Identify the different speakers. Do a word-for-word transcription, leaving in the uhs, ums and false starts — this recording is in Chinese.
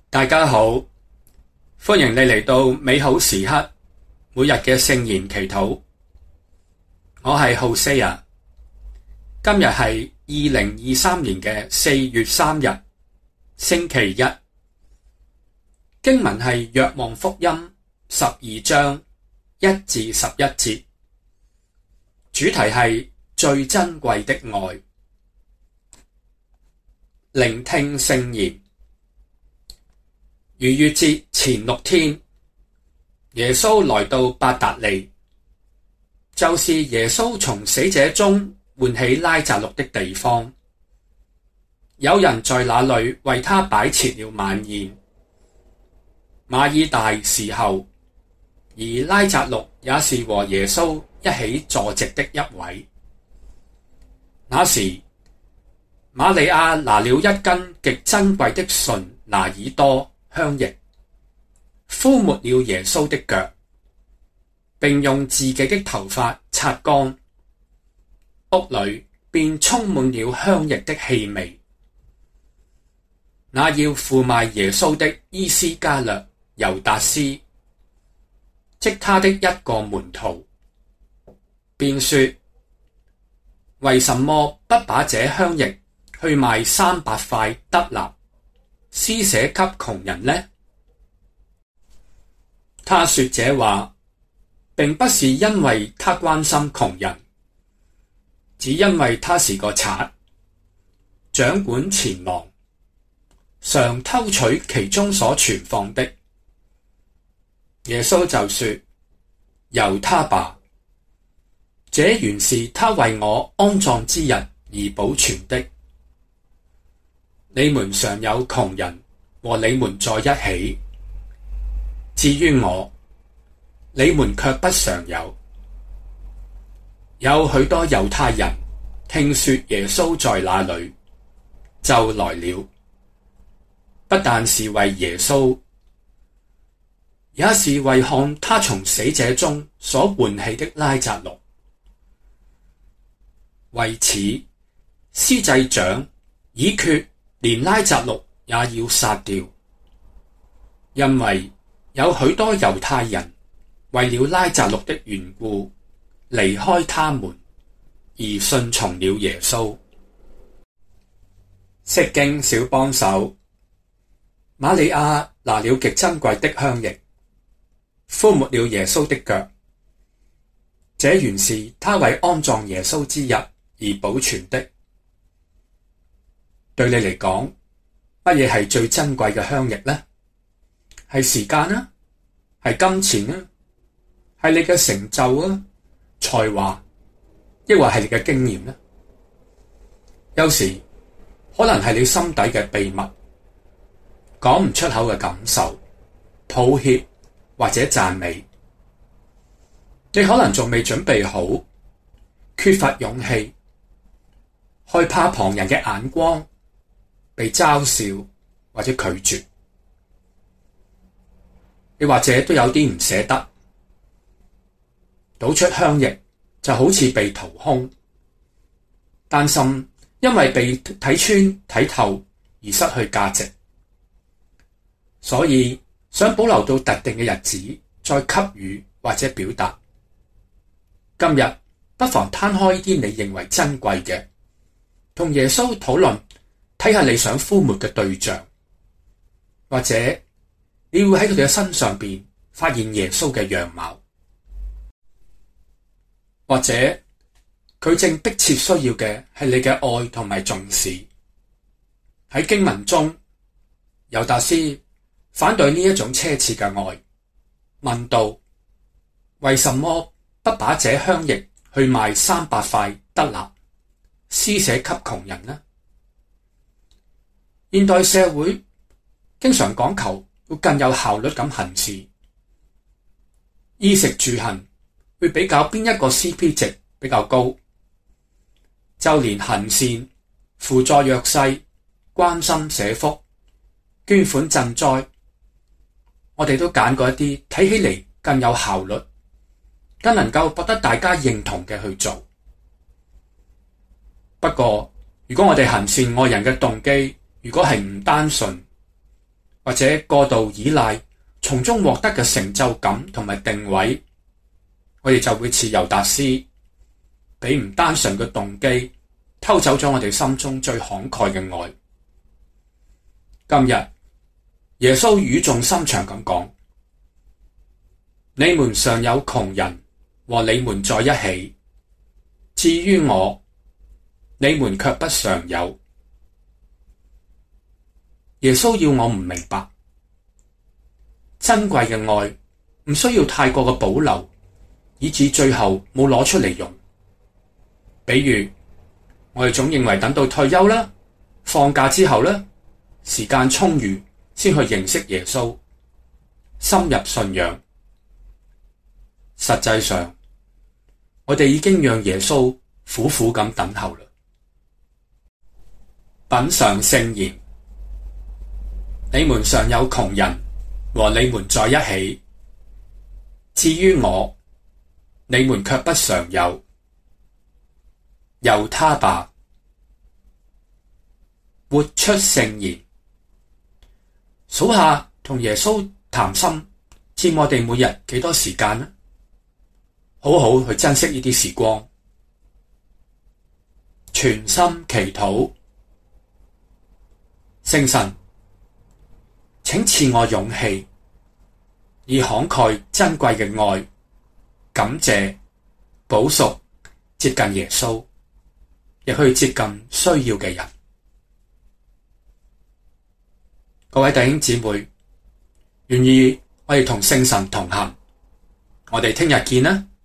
Speaker 1: 大家好，歡迎你嚟到美好時刻每日嘅聖言祈禱。我係浩西亞，今日係二零二三年嘅四月三日，星期一。經文係《若望福音》十二章一至十一節，主題係最珍貴的愛。聆聽聖言。逾越節前六天，耶穌來到伯達尼，就是耶穌從死者中喚起拉匝祿的地方。有人在那裡為他擺設了晚宴。馬爾大侍候，而拉匝祿也是和耶穌一起坐席的一位。那時，瑪利亞拿了一根極珍貴的純拿爾多香液，敷抹了耶穌的腳，並用自己的頭髮擦乾，屋裡便充滿了香液的氣味。那要負賣耶穌的依斯加略猶達斯，即他的一個門徒，便說：為什麼不把這香液去賣三百塊德納，施捨給窮人呢？他說這話，並不是因為他關心窮人，只因為他是個賊，掌管錢囊，常偷取其中所存放的。耶穌就說：由他吧，這原是他為我安葬之日而保存的。你們常有窮人和你們在一起，至於我，你們卻不常有。有許多猶太人聽說耶穌在那裡，就來了，不但是為耶穌，也是為看他從死者中所喚起的拉匝祿。為此，司祭長已決連拉匝祿也要殺掉，因為有許多猶太人為了拉匝祿的緣故，離開他們，而信從了耶穌。釋經小幫手。瑪利亞拿了極珍貴的香液，敷抹了耶穌的腳，這原是他為安葬耶穌之日而保存的。對你嚟講，乜嘢係最珍貴嘅香液呢？係時間啊？係金錢啊？係你嘅成就啊？才華？抑或係你嘅經驗呢？有時可能係你心底嘅秘密，講唔出口嘅感受、抱歉或者讚美。你可能仲未準備好，缺乏勇氣，害怕旁人嘅眼光，被嘲笑或者拒絕，你或者都有啲唔捨得，倒出香液就好似被掏空，擔心因為被睇穿睇透而失去價值，所以想保留到特定嘅日子再給予或者表達。今日不妨攤開呢啲你認為珍貴嘅，同耶穌討論，睇下你想敷抹嘅對象，或者你會喺佢哋嘅身上邊發現耶穌嘅樣貌，或者佢正迫切需要嘅係你嘅愛同埋重視。喺經文中，猶達斯反對呢一種奢侈嘅愛，問道：為什麼不把這香液去賣三百塊德納，施捨給窮人呢？現代社會經常講求要更有效率咁行事，衣食住行會比較邊一個 C P 值比較高，就連行善、輔助弱勢、關心社福、捐款賑災，我哋都揀過一啲睇起嚟更有效率、更能夠博得大家認同嘅去做。不過，如果我哋行善愛人嘅動機如果係唔單純，或或者過度依賴從中獲得嘅成就感同埋定位，我哋就會似猶達斯，俾唔單純嘅動機偷走咗我哋心中最慷慨嘅愛。今日耶穌語重心長咁講：你們常有窮人和你們在一起，至於我，你們卻不常有。耶穌要我唔明白，珍貴嘅愛唔需要太過嘅保留，以致最後冇攞出嚟用。比如我哋總認為等到退休啦、放假之後啦，時間充裕先去認識耶穌，深入信仰。實際上，我哋已經讓耶穌苦苦咁等候啦。品嚐聖言。你們常有窮人和你們在一起，至於我，你們卻不常有。由他吧。活出聖言。數下同耶穌談心佔我哋每日幾多時間呢？好好去珍惜呢啲時光。全心祈禱。聖神，請賜我勇氣，以慷慨珍貴嘅愛，感謝、補贖、接近耶穌，亦去接近需要嘅人。各位弟兄姊妹，願意我哋同聖神同行，我哋聽日見啦。